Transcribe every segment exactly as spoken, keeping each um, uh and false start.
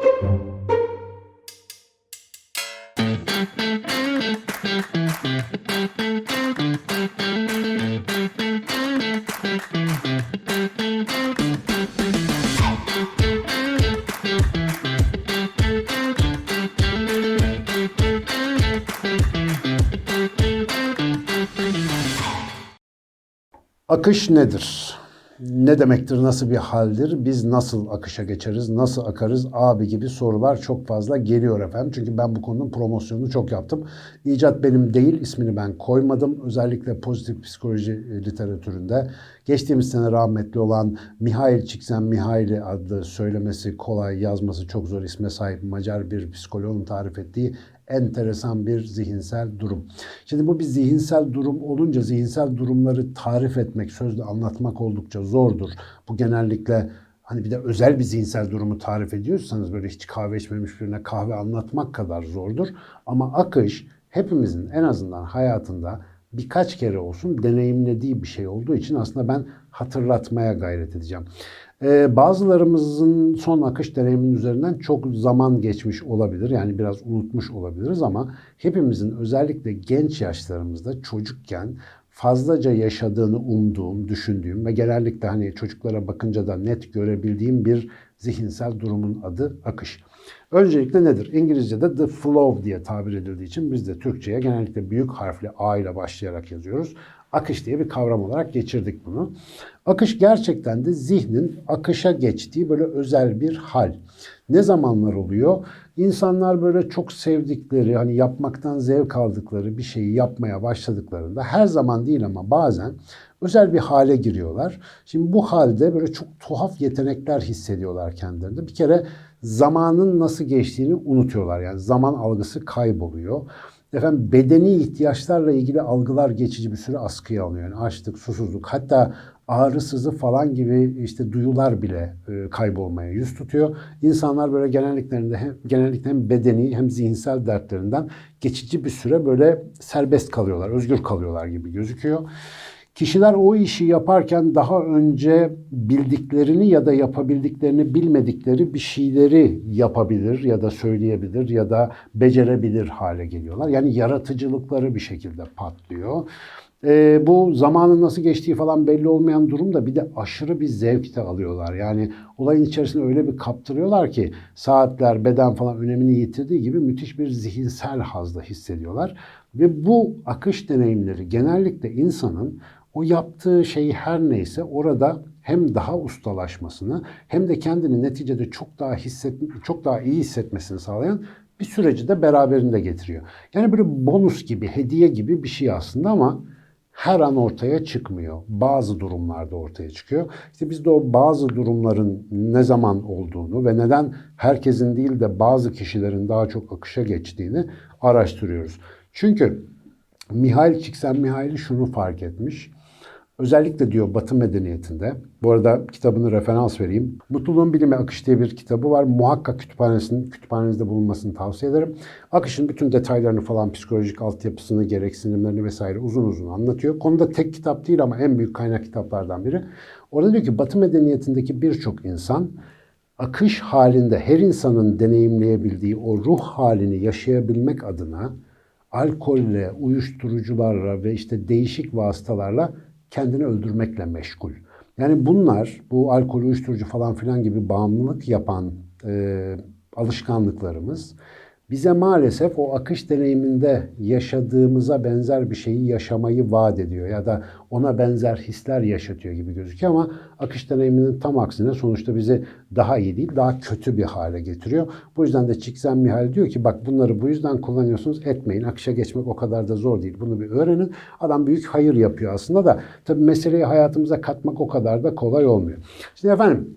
Akış nedir? Ne demektir? Nasıl bir haldir? Biz nasıl akışa geçeriz? Nasıl akarız? Abi gibi sorular çok fazla geliyor efendim. Çünkü ben bu konunun promosyonunu çok yaptım. İcat benim değil, ismini ben koymadım. Özellikle pozitif psikoloji literatüründe geçtiğimiz sene rahmetli olan Mihail Csikszentmihalyi adlı söylemesi kolay, yazması çok zor isme sahip Macar bir psikoloğun tarif ettiği enteresan bir zihinsel durum. Şimdi bu bir zihinsel durum olunca zihinsel durumları tarif etmek, sözle anlatmak oldukça zordur. Bu genellikle hani bir de özel bir zihinsel durumu tarif ediyorsanız böyle hiç kahve içmemiş birine kahve anlatmak kadar zordur. Ama akış hepimizin en azından hayatında birkaç kere olsun deneyimlediği bir şey olduğu için aslında ben hatırlatmaya gayret edeceğim. Ee, bazılarımızın son akış deneyiminin üzerinden çok zaman geçmiş olabilir. Yani biraz unutmuş olabiliriz ama hepimizin özellikle genç yaşlarımızda çocukken fazlaca yaşadığını umduğum, düşündüğüm ve genellikle hani çocuklara bakınca da net görebildiğim bir zihinsel durumun adı akış. Öncelikle nedir? İngilizce'de the flow diye tabir edildiği için biz de Türkçe'ye genellikle büyük harfli A ile başlayarak yazıyoruz. Akış diye bir kavram olarak geçirdik bunu. Akış gerçekten de zihnin akışa geçtiği böyle özel bir hal. Ne zamanlar oluyor? İnsanlar böyle çok sevdikleri, hani yapmaktan zevk aldıkları bir şeyi yapmaya başladıklarında her zaman değil ama bazen özel bir hale giriyorlar. Şimdi bu halde böyle çok tuhaf yetenekler hissediyorlar kendilerinde. Bir kere zamanın nasıl geçtiğini unutuyorlar. Yani zaman algısı kayboluyor. Efendim bedeni ihtiyaçlarla ilgili algılar geçici bir süre askıya alınıyor. Yani açlık, susuzluk, hatta ağrı, sızı falan gibi işte duyular bile e, kaybolmaya yüz tutuyor. İnsanlar böyle genelliklerinde hem, genellikle hem bedeni hem zihinsel dertlerinden geçici bir süre böyle serbest kalıyorlar, özgür kalıyorlar gibi gözüküyor. Kişiler o işi yaparken daha önce bildiklerini ya da yapabildiklerini bilmedikleri bir şeyleri yapabilir ya da söyleyebilir ya da becerebilir hale geliyorlar. Yani yaratıcılıkları bir şekilde patlıyor. Ee, bu zamanın nasıl geçtiği falan belli olmayan durumda bir de aşırı bir zevk de alıyorlar. Yani olayın içerisinde öyle bir kaptırıyorlar ki saatler, beden falan önemini yitirdiği gibi müthiş bir zihinsel haz da hissediyorlar. Ve bu akış deneyimleri genellikle insanın o yaptığı şeyi her neyse orada hem daha ustalaşmasını hem de kendini neticede çok daha hisset, çok daha iyi hissetmesini sağlayan bir süreci de beraberinde getiriyor. Yani böyle bonus gibi, hediye gibi bir şey aslında ama her an ortaya çıkmıyor. Bazı durumlarda ortaya çıkıyor. İşte biz de o bazı durumların ne zaman olduğunu ve neden herkesin değil de bazı kişilerin daha çok akışa geçtiğini araştırıyoruz. Çünkü Mihail Csikszentmihalyi şunu fark etmiş. Özellikle diyor Batı medeniyetinde, bu arada kitabını referans vereyim. Mutluluğun Bilimi Akış diye bir kitabı var. Muhakkak kütüphanesinin, kütüphanenizde bulunmasını tavsiye ederim. Akışın bütün detaylarını falan, psikolojik altyapısını, gereksinimlerini vesaire uzun uzun anlatıyor. Konuda tek kitap değil ama en büyük kaynak kitaplardan biri. Orada diyor ki Batı medeniyetindeki birçok insan akış halinde her insanın deneyimleyebildiği o ruh halini yaşayabilmek adına alkolle, uyuşturucularla ve işte değişik vasıtalarla kendini öldürmekle meşgul. Yani bunlar, bu alkol, uyuşturucu falan filan gibi bağımlılık yapan e, alışkanlıklarımız bize maalesef o akış deneyiminde yaşadığımıza benzer bir şeyi yaşamayı vaat ediyor ya da ona benzer hisler yaşatıyor gibi gözüküyor ama akış deneyiminin tam aksine sonuçta bizi daha iyi değil, daha kötü bir hale getiriyor. Bu yüzden de Csikszentmihalyi diyor ki bak bunları bu yüzden kullanıyorsunuz, etmeyin. Akışa geçmek o kadar da zor değil. Bunu bir öğrenin. Adam büyük hayır yapıyor aslında da tabii meseleyi hayatımıza katmak o kadar da kolay olmuyor. Şimdi efendim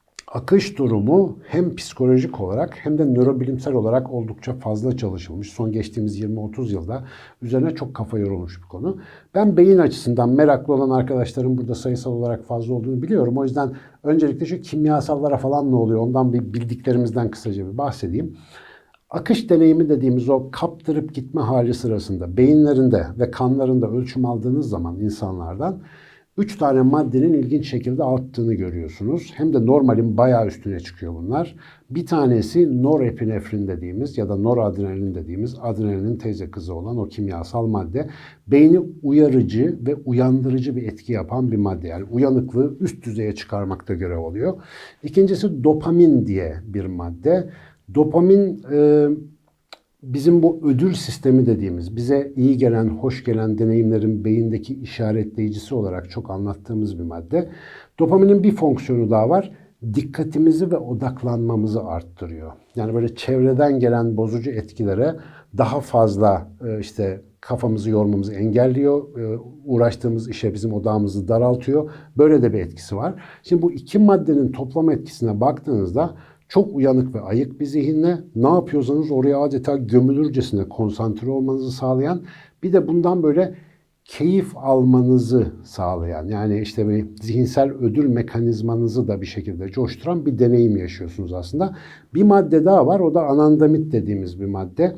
akış durumu hem psikolojik olarak hem de nörobilimsel olarak oldukça fazla çalışılmış. Son geçtiğimiz yirmi otuz yılda üzerine çok kafa yorulmuş bir konu. Ben beyin açısından meraklı olan arkadaşlarım burada sayısal olarak fazla olduğunu biliyorum. O yüzden öncelikle şu kimyasallara falan ne oluyor ondan bir bildiklerimizden kısaca bir bahsedeyim. Akış deneyimi dediğimiz o kaptırıp gitme hali sırasında beyinlerinde ve kanlarında ölçüm aldığınız zaman insanlardan Üç tane maddenin ilginç şekilde arttığını görüyorsunuz. Hem de normalin bayağı üstüne çıkıyor bunlar. Bir tanesi norepinefrin dediğimiz ya da noradrenalin dediğimiz adrenalin teyze kızı olan o kimyasal madde. Beyni uyarıcı ve uyandırıcı bir etki yapan bir madde. Yani uyanıklığı üst düzeye çıkarmakta görev alıyor. İkincisi dopamin diye bir madde. Dopamin e, bizim bu ödül sistemi dediğimiz, bize iyi gelen, hoş gelen deneyimlerin beyindeki işaretleyicisi olarak çok anlattığımız bir madde. Dopaminin bir fonksiyonu daha var. Dikkatimizi ve odaklanmamızı arttırıyor. Yani böyle çevreden gelen bozucu etkilere daha fazla işte kafamızı yormamızı engelliyor. Uğraştığımız işe bizim odağımızı daraltıyor. Böyle de bir etkisi var. Şimdi bu iki maddenin toplam etkisine baktığınızda çok uyanık ve ayık bir zihinle ne yapıyorsanız oraya adeta gömülürcesine konsantre olmanızı sağlayan, bir de bundan böyle keyif almanızı sağlayan, yani işte bir zihinsel ödül mekanizmanızı da bir şekilde coşturan bir deneyim yaşıyorsunuz aslında. Bir madde daha var, o da anandamit dediğimiz bir madde.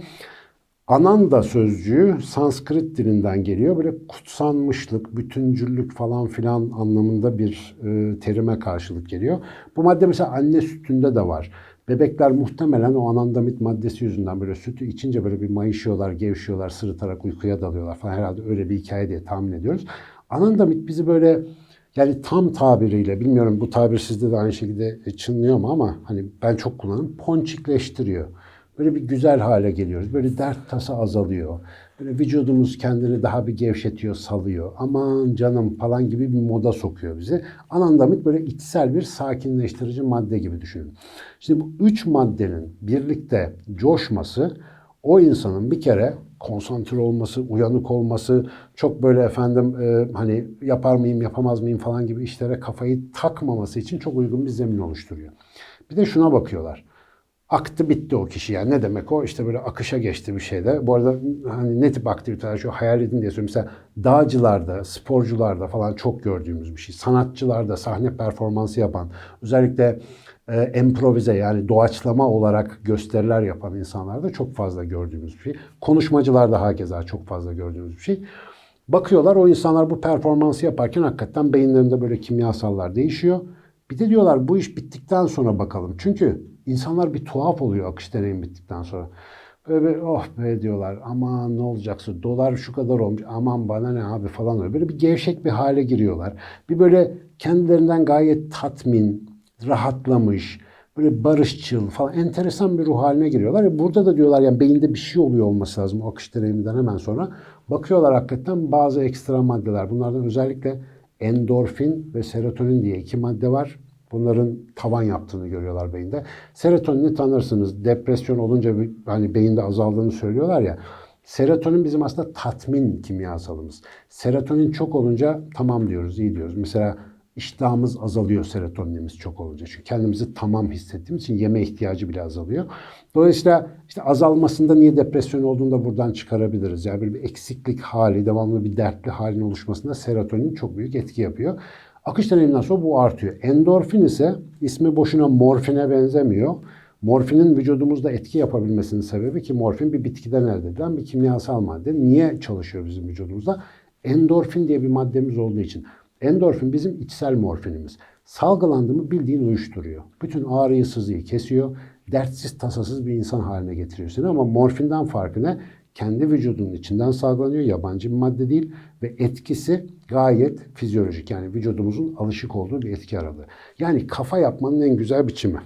Ananda sözcüğü Sanskrit dilinden geliyor. Böyle kutsanmışlık, bütüncüllük falan filan anlamında bir e, terime karşılık geliyor. Bu madde mesela anne sütünde de var. Bebekler muhtemelen o anandamit maddesi yüzünden böyle sütü içince böyle bir mayışıyorlar, gevşiyorlar, sırıtarak uykuya dalıyorlar falan. Herhalde öyle bir hikaye diye tahmin ediyoruz. Anandamit bizi böyle, yani tam tabiriyle, bilmiyorum bu tabir sizde de aynı şekilde çınlıyor mu ama hani ben çok kullanırım, ponçikleştiriyor. Böyle bir güzel hale geliyoruz. Böyle dert tasa azalıyor. Böyle vücudumuz kendini daha bir gevşetiyor, salıyor. Aman canım falan gibi bir moda sokuyor bizi. Anandamit böyle içsel bir sakinleştirici madde gibi düşünün. Şimdi bu üç maddenin birlikte coşması o insanın bir kere konsantre olması, uyanık olması, çok böyle efendim e, hani yapar mıyım, yapamaz mıyım falan gibi işlere kafayı takmaması için çok uygun bir zemin oluşturuyor. Bir de şuna bakıyorlar. Aktı bitti o kişi, yani ne demek o? İşte böyle akışa geçti bir şeyde. Bu arada hani ne tip aktiviteler şu hayal edin diye söylüyorum. Mesela dağcılarda, sporcularda falan çok gördüğümüz bir şey. Sanatçılarda sahne performansı yapan, özellikle e, improvize yani doğaçlama olarak gösteriler yapan insanlarda çok fazla gördüğümüz bir şey. Konuşmacılarda hakeza çok fazla gördüğümüz bir şey. Bakıyorlar o insanlar bu performansı yaparken hakikaten beyinlerinde böyle kimyasallar değişiyor. Bir de diyorlar bu iş bittikten sonra bakalım. Çünkü insanlar bir tuhaf oluyor akış deneyim bittikten sonra. Böyle bir, oh be diyorlar, aman ne olacaksa dolar şu kadar olmuş, aman bana ne abi falan öyle. Böyle bir gevşek bir hale giriyorlar. Bir böyle kendilerinden gayet tatmin, rahatlamış, böyle barışçıl falan enteresan bir ruh haline giriyorlar. Ve burada da diyorlar yani beyinde bir şey oluyor olması lazım o akış deneyiminden hemen sonra. Bakıyorlar hakikaten bazı ekstra maddeler. Bunlardan özellikle endorfin ve serotonin diye iki madde var. Bunların tavan yaptığını görüyorlar beyinde. Serotonini tanırsınız. Depresyon olunca hani beyinde azaldığını söylüyorlar ya. Serotonin bizim aslında tatmin kimyasalımız. Serotonin çok olunca tamam diyoruz, iyi diyoruz. Mesela iştahımız azalıyor serotoninimiz çok olunca. Çünkü kendimizi tamam hissettiğimiz için yeme ihtiyacı bile azalıyor. Dolayısıyla işte azalmasında niye depresyon olduğunu da buradan çıkarabiliriz. Yani böyle bir eksiklik hali, devamlı bir dertli halin oluşmasında serotonin çok büyük etki yapıyor. Akış deneyiminden sonra bu artıyor. Endorfin ise ismi boşuna morfine benzemiyor. Morfinin vücudumuzda etki yapabilmesinin sebebi, ki morfin bir bitkiden elde edilen bir kimyasal madde. Niye çalışıyor bizim vücudumuzda? Endorfin diye bir maddemiz olduğu için. Endorfin bizim içsel morfinimiz. Salgılandı mı bildiğin uyuşturuyor. Bütün ağrıyı, sızıyı kesiyor. Dertsiz, tasasız bir insan haline getiriyor seni. Ama morfinden farkı ne? Kendi vücudunun içinden salgılanıyor. Yabancı bir madde değil. Ve etkisi gayet fizyolojik. Yani vücudumuzun alışık olduğu bir etki aralığı. Yani kafa yapmanın en güzel biçimi.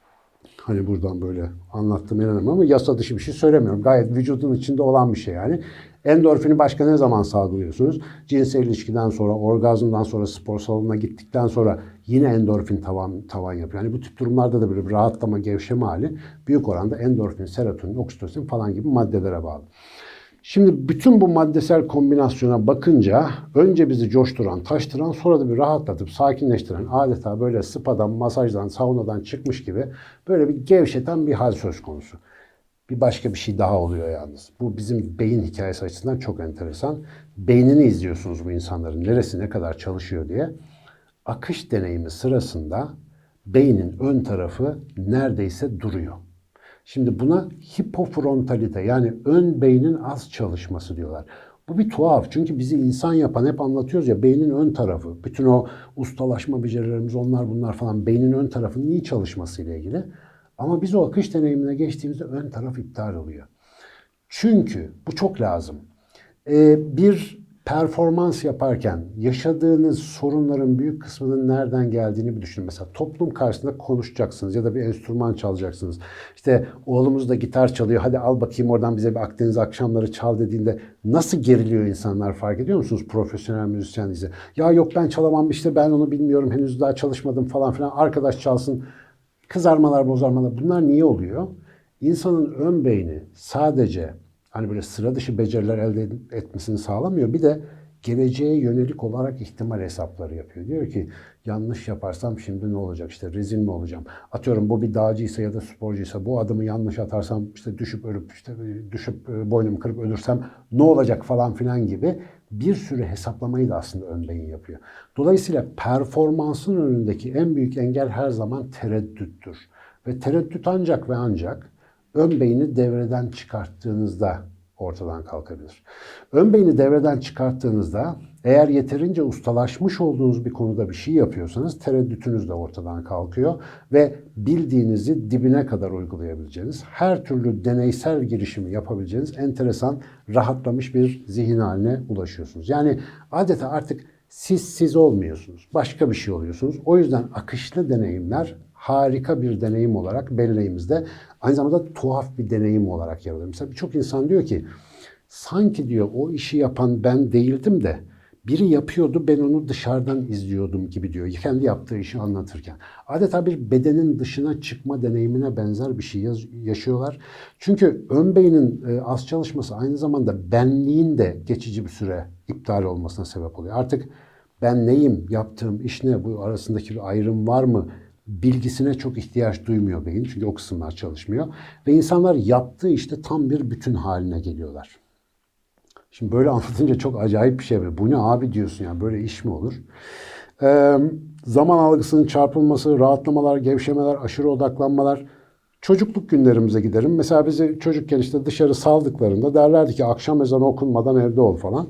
Hani buradan böyle anlattım inanamam ama yasa dışı bir şey söylemiyorum. Gayet vücudun içinde olan bir şey yani. Endorfini başka ne zaman salgılıyorsunuz? Cinsel ilişkiden sonra, orgazmdan sonra, spor salonuna gittikten sonra yine endorfin tavan, tavan yapıyor. Yani bu tip durumlarda da böyle bir rahatlama, gevşeme hali büyük oranda endorfin, serotonin, oksitosin falan gibi maddelere bağlı. Şimdi bütün bu maddesel kombinasyona bakınca önce bizi coşturan, taştıran, sonra da bir rahatlatıp sakinleştiren, adeta böyle spadan, masajdan, saunadan çıkmış gibi böyle bir gevşeten bir hal söz konusu. Bir başka bir şey daha oluyor yalnız. Bu bizim beyin hikayesi açısından çok enteresan. Beynini izliyorsunuz bu insanların, neresi ne kadar çalışıyor diye. Akış deneyimi sırasında beynin ön tarafı neredeyse duruyor. Şimdi buna hipofrontalite, yani ön beynin az çalışması diyorlar. Bu bir tuhaf. Çünkü bizi insan yapan, hep anlatıyoruz ya, beynin ön tarafı. Bütün o ustalaşma becerilerimiz, onlar bunlar falan, beynin ön tarafının iyi çalışmasıyla ilgili. Ama biz o akış deneyimine geçtiğimizde ön taraf iptal oluyor. Çünkü bu çok lazım. Ee, bir performans yaparken yaşadığınız sorunların büyük kısmının nereden geldiğini bir düşünün. Mesela toplum karşısında konuşacaksınız ya da bir enstrüman çalacaksınız. İşte oğlumuz da gitar çalıyor. Hadi al bakayım oradan bize bir Akdeniz akşamları çal dediğinde nasıl geriliyor insanlar, fark ediyor musunuz? Profesyonel müzisyen ise. Ya yok ben çalamam, işte ben onu bilmiyorum, henüz daha çalışmadım falan filan. Arkadaş çalsın. Kızarmalar, bozarmalar. Bunlar niye oluyor? İnsanın ön beyni sadece hani böyle sıra dışı beceriler elde etmesini sağlamıyor. Bir de geleceğe yönelik olarak ihtimal hesapları yapıyor. Diyor ki yanlış yaparsam şimdi ne olacak? İşte rezil mi olacağım? Atıyorum bu bir dağcıysa ya da sporcuysa, bu adımı yanlış atarsam işte düşüp ölüp işte düşüp boynumu kırıp ölürsem ne olacak falan filan gibi bir sürü hesaplamayı da aslında ön beyin yapıyor. Dolayısıyla performansın önündeki en büyük engel her zaman tereddüttür. Ve tereddüt ancak ve ancak ön beyni devreden çıkarttığınızda ortadan kalkabilir. Ön beyni devreden çıkarttığınızda eğer yeterince ustalaşmış olduğunuz bir konuda bir şey yapıyorsanız tereddütünüz de ortadan kalkıyor ve bildiğinizi dibine kadar uygulayabileceğiniz, her türlü deneysel girişimi yapabileceğiniz enteresan, rahatlamış bir zihin haline ulaşıyorsunuz. Yani adeta artık siz siz olmuyorsunuz. Başka bir şey oluyorsunuz. O yüzden akışlı deneyimler harika bir deneyim olarak belleğimizde, aynı zamanda tuhaf bir deneyim olarak yer alıyor. Mesela birçok insan diyor ki sanki diyor o işi yapan ben değildim de biri yapıyordu, ben onu dışarıdan izliyordum gibi diyor. Kendi yaptığı işi anlatırken. Adeta bir bedenin dışına çıkma deneyimine benzer bir şey yaşıyorlar. Çünkü ön beynin az çalışması aynı zamanda benliğin de geçici bir süre iptal olmasına sebep oluyor. Artık ben neyim, yaptığım iş ne, bu arasındaki bir ayrım var mı bilgisine çok ihtiyaç duymuyor beyin. Çünkü o kısımlar çalışmıyor. Ve insanlar yaptığı işte tam bir bütün haline geliyorlar. Şimdi böyle anlatınca çok acayip bir şey. Bu ne abi diyorsun, yani böyle iş mi olur? Ee, zaman algısının çarpılması, rahatlamalar, gevşemeler, aşırı odaklanmalar. Çocukluk günlerimize giderim. Mesela bizi çocukken işte dışarı saldıklarında derlerdi ki akşam ezanı okunmadan evde ol falan.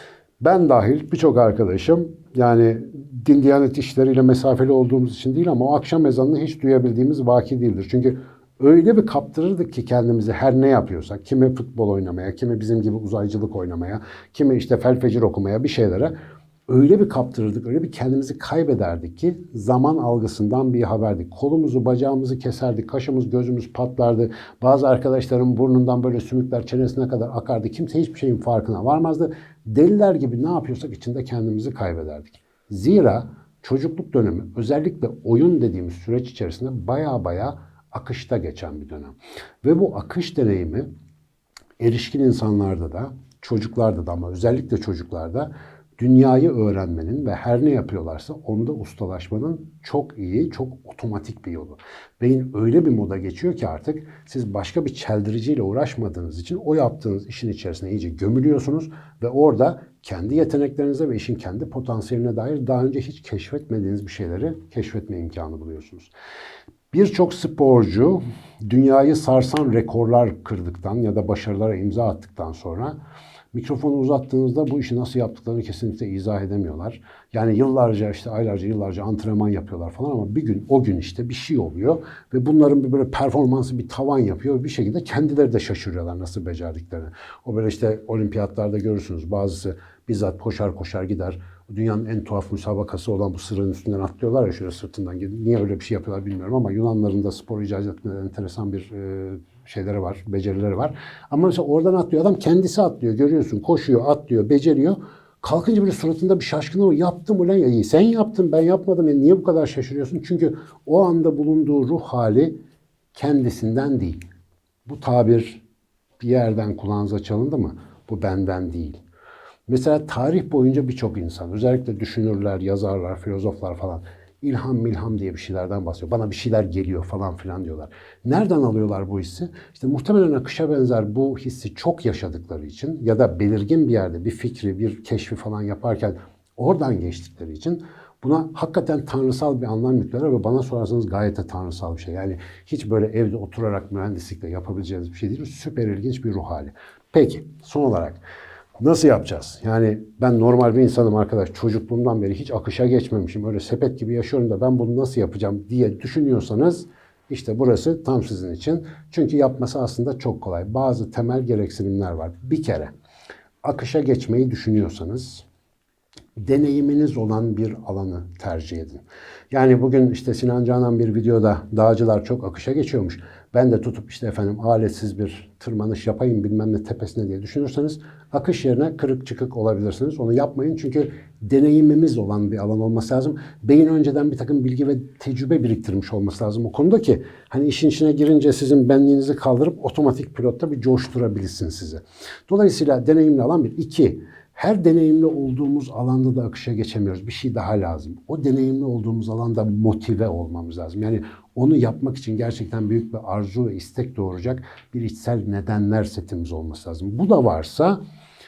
Ben dahil birçok arkadaşım, yani din diyanet işleriyle mesafeli olduğumuz için değil ama o akşam ezanını hiç duyabildiğimiz vaki değildir. Çünkü öyle bir kaptırırdık ki kendimizi her ne yapıyorsak, kimi futbol oynamaya, kimi bizim gibi uzaycılık oynamaya, kimi işte felfecir okumaya, bir şeylere öyle bir kaptırırdık, öyle bir kendimizi kaybederdik ki zaman algısından bir haberdik. Kolumuzu, bacağımızı keserdik, kaşımız, gözümüz patlardı. Bazı arkadaşlarım burnundan böyle sümükler çenesine kadar akardı. Kimse hiçbir şeyin farkına varmazdı. Deliler gibi ne yapıyorsak içinde kendimizi kaybederdik. Zira çocukluk dönemi, özellikle oyun dediğimiz süreç içerisinde baya baya akışta geçen bir dönem. Ve bu akış deneyimi erişkin insanlarda da, çocuklarda da, ama özellikle çocuklarda dünyayı öğrenmenin ve her ne yapıyorlarsa onda ustalaşmanın çok iyi, çok otomatik bir yolu. Beyin öyle bir moda geçiyor ki artık siz başka bir çeldiriciyle uğraşmadığınız için o yaptığınız işin içerisine iyice gömülüyorsunuz ve orada kendi yeteneklerinize ve işin kendi potansiyeline dair daha önce hiç keşfetmediğiniz bir şeyleri keşfetme imkanı buluyorsunuz. Birçok sporcu dünyayı sarsan rekorlar kırdıktan ya da başarılara imza attıktan sonra mikrofonu uzattığınızda bu işi nasıl yaptıklarını kesinlikle izah edemiyorlar. Yani yıllarca, işte aylarca, yıllarca antrenman yapıyorlar falan ama bir gün, o gün işte bir şey oluyor ve bunların bir böyle performansı bir tavan yapıyor. Bir şekilde kendileri de şaşırıyorlar nasıl becerdiklerini. O böyle işte olimpiyatlarda görürsünüz, bazısı bizzat koşar koşar gider. Dünyanın en tuhaf müsabakası olan bu sırın üstünden atlıyorlar ya, şöyle sırtından gidip. Niye öyle bir şey yapıyorlar bilmiyorum ama Yunanların da spor icat etmeden enteresan bir e, şeyleri var, becerileri var. Ama mesela oradan atlıyor. Adam kendisi atlıyor. Görüyorsun. Koşuyor, atlıyor, beceriyor. Kalkınca böyle suratında bir şaşkınlık var. Yaptım ulan ya. Sen yaptın, ben yapmadım. Yani niye bu kadar şaşırıyorsun? Çünkü o anda bulunduğu ruh hali kendisinden değil. Bu tabir bir yerden kulağınıza çalındı mı? Bu benden değil. Mesela tarih boyunca birçok insan, özellikle düşünürler, yazarlar, filozoflar falan ilham milham diye bir şeylerden bahsediyor. Bana bir şeyler geliyor falan filan diyorlar. Nereden alıyorlar bu hissi? İşte muhtemelen akışa benzer bu hissi çok yaşadıkları için ya da belirgin bir yerde bir fikri, bir keşfi falan yaparken oradan geçtikleri için buna hakikaten tanrısal bir anlam yüklüyorlar ve bana sorarsanız gayet de tanrısal bir şey. Yani hiç böyle evde oturarak mühendislikle yapabileceğiniz bir şey değil. Süper ilginç bir ruh hali. Peki, son olarak Nasıl yapacağız? Yani ben normal bir insanım arkadaş. Çocukluğumdan beri hiç akışa geçmemişim. Öyle sepet gibi yaşıyorum da ben bunu nasıl yapacağım diye düşünüyorsanız işte burası tam sizin için. Çünkü yapması aslında çok kolay. Bazı temel gereksinimler var. Bir kere akışa geçmeyi düşünüyorsanız deneyiminiz olan bir alanı tercih edin. Yani bugün işte Sinan Canan bir videoda dağcılar çok akışa geçiyormuş. Ben de tutup işte efendim aletsiz bir tırmanış yapayım bilmem ne tepesine diye düşünürseniz akış yerine kırık çıkık olabilirsiniz. Onu yapmayın çünkü deneyimimiz olan bir alan olması lazım. Beyin önceden bir takım bilgi ve tecrübe biriktirmiş olması lazım o konuda ki hani işin içine girince sizin benliğinizi kaldırıp otomatik pilotta bir coşturabilsin sizi. Dolayısıyla deneyimli alan bir. İki, her deneyimli olduğumuz alanda da akışa geçemiyoruz. Bir şey daha lazım. O deneyimli olduğumuz alanda motive olmamız lazım. Yani onu yapmak için gerçekten büyük bir arzu ve istek doğuracak bir içsel nedenler setimiz olması lazım. Bu da varsa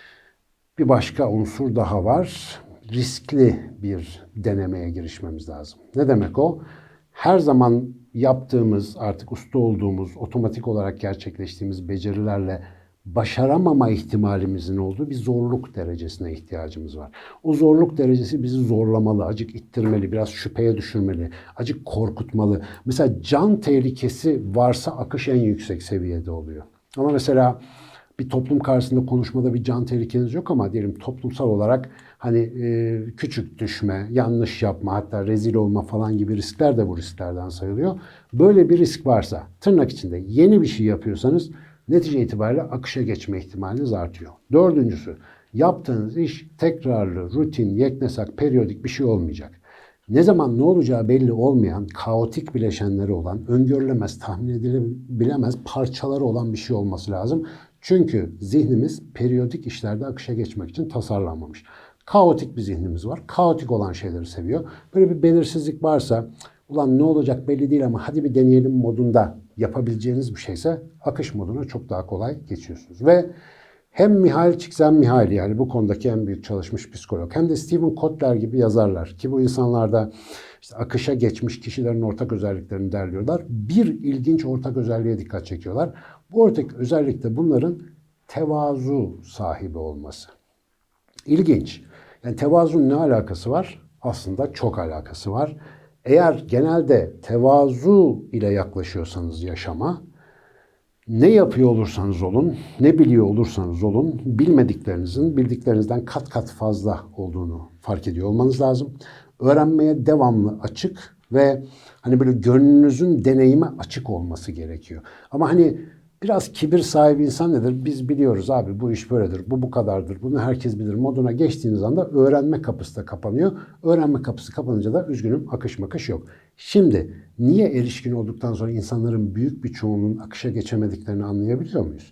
bir başka unsur daha var. Riskli bir denemeye girişmemiz lazım. Ne demek o? Her zaman yaptığımız, artık usta olduğumuz, otomatik olarak gerçekleştiğimiz becerilerle başaramama ihtimalimizin olduğu bir zorluk derecesine ihtiyacımız var. O zorluk derecesi bizi zorlamalı, acık ittirmeli, biraz şüpheye düşürmeli, acık korkutmalı. Mesela can tehlikesi varsa akış en yüksek seviyede oluyor. Ama mesela bir toplum karşısında konuşmada bir can tehlikeniz yok ama diyelim toplumsal olarak hani e, küçük düşme, yanlış yapma, hatta rezil olma falan gibi riskler de bu risklerden sayılıyor. Böyle bir risk varsa tırnak içinde yeni bir şey yapıyorsanız netice itibariyle akışa geçme ihtimaliniz artıyor. Dördüncüsü, yaptığınız iş tekrarlı, rutin, yeknesak, periyodik bir şey olmayacak. Ne zaman ne olacağı belli olmayan, kaotik bileşenleri olan, öngörülemez, tahmin edilebilemez parçaları olan bir şey olması lazım. Çünkü zihnimiz periyodik işlerde akışa geçmek için tasarlanmamış. Kaotik bir zihnimiz var. Kaotik olan şeyleri seviyor. Böyle bir belirsizlik varsa, ulan ne olacak belli değil ama hadi bir deneyelim modunda yapabileceğiniz bir şeyse akış moduna çok daha kolay geçiyorsunuz. Ve hem Mihail Csikszentmihalyi yani bu konudaki en büyük çalışmış psikolog hem de Stephen Kotler gibi yazarlar ki bu insanlarda işte akışa geçmiş kişilerin ortak özelliklerini derliyorlar. Bir ilginç ortak özelliğe dikkat çekiyorlar. Bu ortak özellik de bunların tevazu sahibi olması. İlginç. Yani tevazunun ne alakası var? Aslında çok alakası var. Eğer genelde tevazu ile yaklaşıyorsanız yaşama, ne yapıyor olursanız olun, ne biliyor olursanız olun, bilmediklerinizin bildiklerinizden kat kat fazla olduğunu fark ediyor olmanız lazım. Öğrenmeye devamlı açık ve hani böyle gönlünüzün deneyime açık olması gerekiyor. Ama hani biraz kibir sahibi insan nedir? Biz biliyoruz abi bu iş böyledir, bu bu kadardır, bunu herkes bilir moduna geçtiğiniz anda öğrenme kapısı da kapanıyor. Öğrenme kapısı kapanınca da üzgünüm akış makış yok. Şimdi niye erişkin olduktan sonra insanların büyük bir çoğunluğunun akışa geçemediklerini anlayabiliyor muyuz?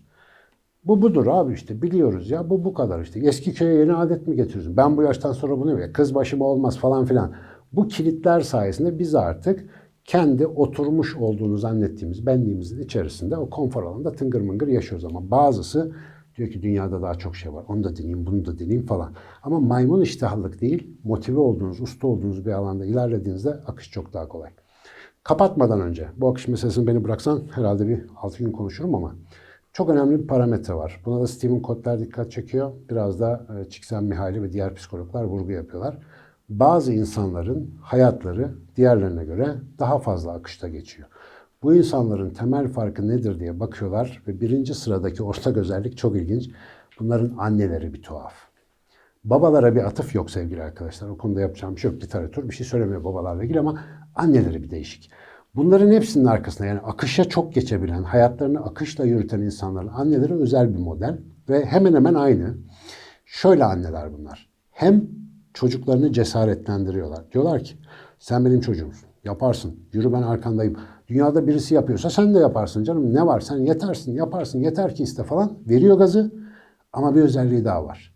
Bu budur abi işte biliyoruz ya bu bu kadar işte. Eski köye yeni adet mi getiriyorsun? Ben bu yaştan sonra bunu ya kız başıma olmaz falan filan. Bu kilitler sayesinde biz artık kendi oturmuş olduğunu zannettiğimiz benliğimizin içerisinde o konfor alanında tıngır mıngır yaşıyoruz. Ama bazısı diyor ki dünyada daha çok şey var. Onu da deneyeyim, bunu da deneyeyim falan. Ama maymun iştahlılık değil, motive olduğunuz, usta olduğunuz bir alanda ilerlediğinizde akış çok daha kolay. Kapatmadan önce, bu akış meselesini beni bıraksan herhalde bir altı gün konuşurum ama çok önemli bir parametre var. Buna da Stephen Kotler dikkat çekiyor. Biraz da Csikszentmihalyi ve diğer psikologlar vurgu yapıyorlar. Bazı insanların hayatları diğerlerine göre daha fazla akışta geçiyor. Bu insanların temel farkı nedir diye bakıyorlar ve birinci sıradaki ortak özellik çok ilginç. Bunların anneleri bir tuhaf. Babalara bir atıf yok sevgili arkadaşlar. O konuda yapacağım bir şey yok. Literatür bir şey söylemiyor babalarla ilgili ama anneleri bir değişik. Bunların hepsinin arkasında yani akışa çok geçebilen, hayatlarını akışla yürüten insanların anneleri özel bir model ve hemen hemen aynı. Şöyle anneler bunlar. Hem çocuklarını cesaretlendiriyorlar. Diyorlar ki sen benim çocuğumsun. Yaparsın. Yürü ben arkandayım. Dünyada birisi yapıyorsa sen de yaparsın canım. Ne var? Sen yetersin, yaparsın. Yeter ki iste falan. Veriyor gazı. Ama bir özelliği daha var.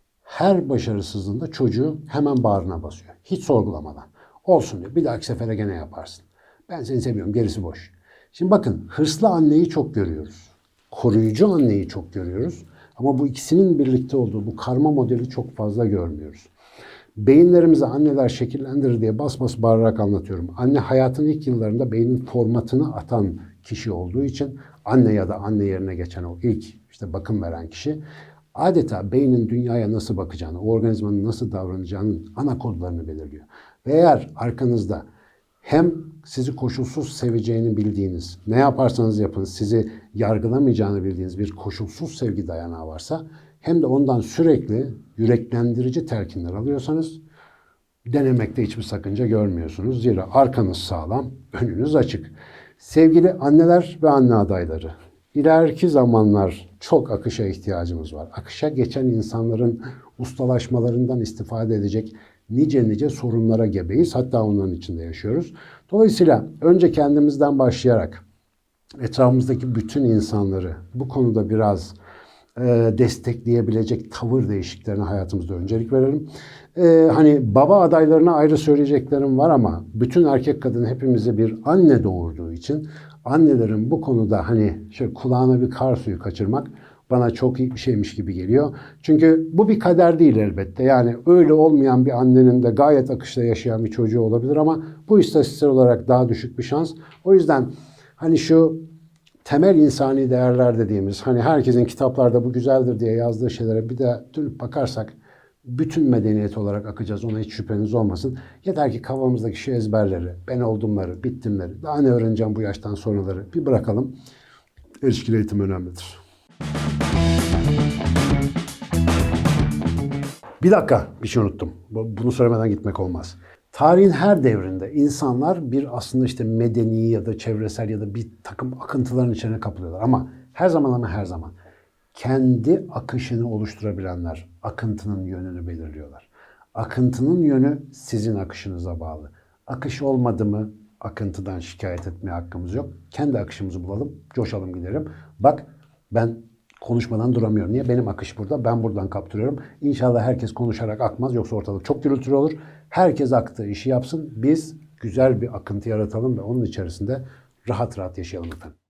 Her başarısızlığında çocuğu hemen bağrına basıyor. Hiç sorgulamadan. Olsun diyor. Bir dahaki sefere gene yaparsın. Ben seni seviyorum. Gerisi boş. Şimdi bakın hırslı anneyi çok görüyoruz. Koruyucu anneyi çok görüyoruz. Ama bu ikisinin birlikte olduğu bu karma modeli çok fazla görmüyoruz. Beyinlerimizi anneler şekillendirir diye bas bas bağırarak anlatıyorum. Anne hayatın ilk yıllarında beynin formatını atan kişi olduğu için anne ya da anne yerine geçen o ilk işte bakım veren kişi adeta beynin dünyaya nasıl bakacağını, o organizmanın nasıl davranacağının ana kodlarını belirliyor. Ve eğer arkanızda hem sizi koşulsuz seveceğini bildiğiniz, ne yaparsanız yapın sizi yargılamayacağını bildiğiniz bir koşulsuz sevgi dayanağı varsa, hem de ondan sürekli yüreklendirici telkinler alıyorsanız denemekte hiçbir sakınca görmüyorsunuz. Zira arkanız sağlam, önünüz açık. Sevgili anneler ve anne adayları, ileriki zamanlar çok akışa ihtiyacımız var. Akışa geçen insanların ustalaşmalarından istifade edecek nice nice sorunlara gebeyiz. Hatta onların içinde yaşıyoruz. Dolayısıyla önce kendimizden başlayarak etrafımızdaki bütün insanları bu konuda biraz e, destekleyebilecek tavır değişikliklerine hayatımızda öncelik verelim. E, hani baba adaylarına ayrı söyleyeceklerim var ama bütün erkek kadın hepimize bir anne doğurduğu için annelerin bu konuda hani şöyle kulağına bir kar suyu kaçırmak bana çok iyi bir şeymiş gibi geliyor. Çünkü bu bir kader değil elbette. Yani öyle olmayan bir annenin de gayet akışta yaşayan bir çocuğu olabilir ama bu istatistiksel olarak daha düşük bir şans. O yüzden hani şu temel insani değerler dediğimiz, hani herkesin kitaplarda bu güzeldir diye yazdığı şeylere bir de dönüp bakarsak bütün medeniyet olarak akacağız. Ona hiç şüpheniz olmasın. Yeter ki kafamızdaki şu ezberleri, ben oldumları, bittimleri, daha ne öğreneceğim bu yaştan sonraları bir bırakalım. İlişkili eğitim önemlidir. Bir dakika, bir şey unuttum. Bunu söylemeden gitmek olmaz. Tarihin her devrinde insanlar bir aslında işte medeni ya da çevresel ya da bir takım akıntıların içine kapılıyorlar. Ama her zaman ama her zaman kendi akışını oluşturabilenler akıntının yönünü belirliyorlar. Akıntının yönü sizin akışınıza bağlı. Akış olmadı mı akıntıdan şikayet etmeye hakkımız yok. Kendi akışımızı bulalım, coşalım gidelim. Bak ben konuşmadan duramıyorum. Niye? Benim akış burada. Ben buradan kaptırıyorum. İnşallah herkes konuşarak akmaz. Yoksa ortalık çok gürültülü olur. Herkes aktığı işi yapsın. Biz güzel bir akıntı yaratalım ve onun içerisinde rahat rahat yaşayalım efendim.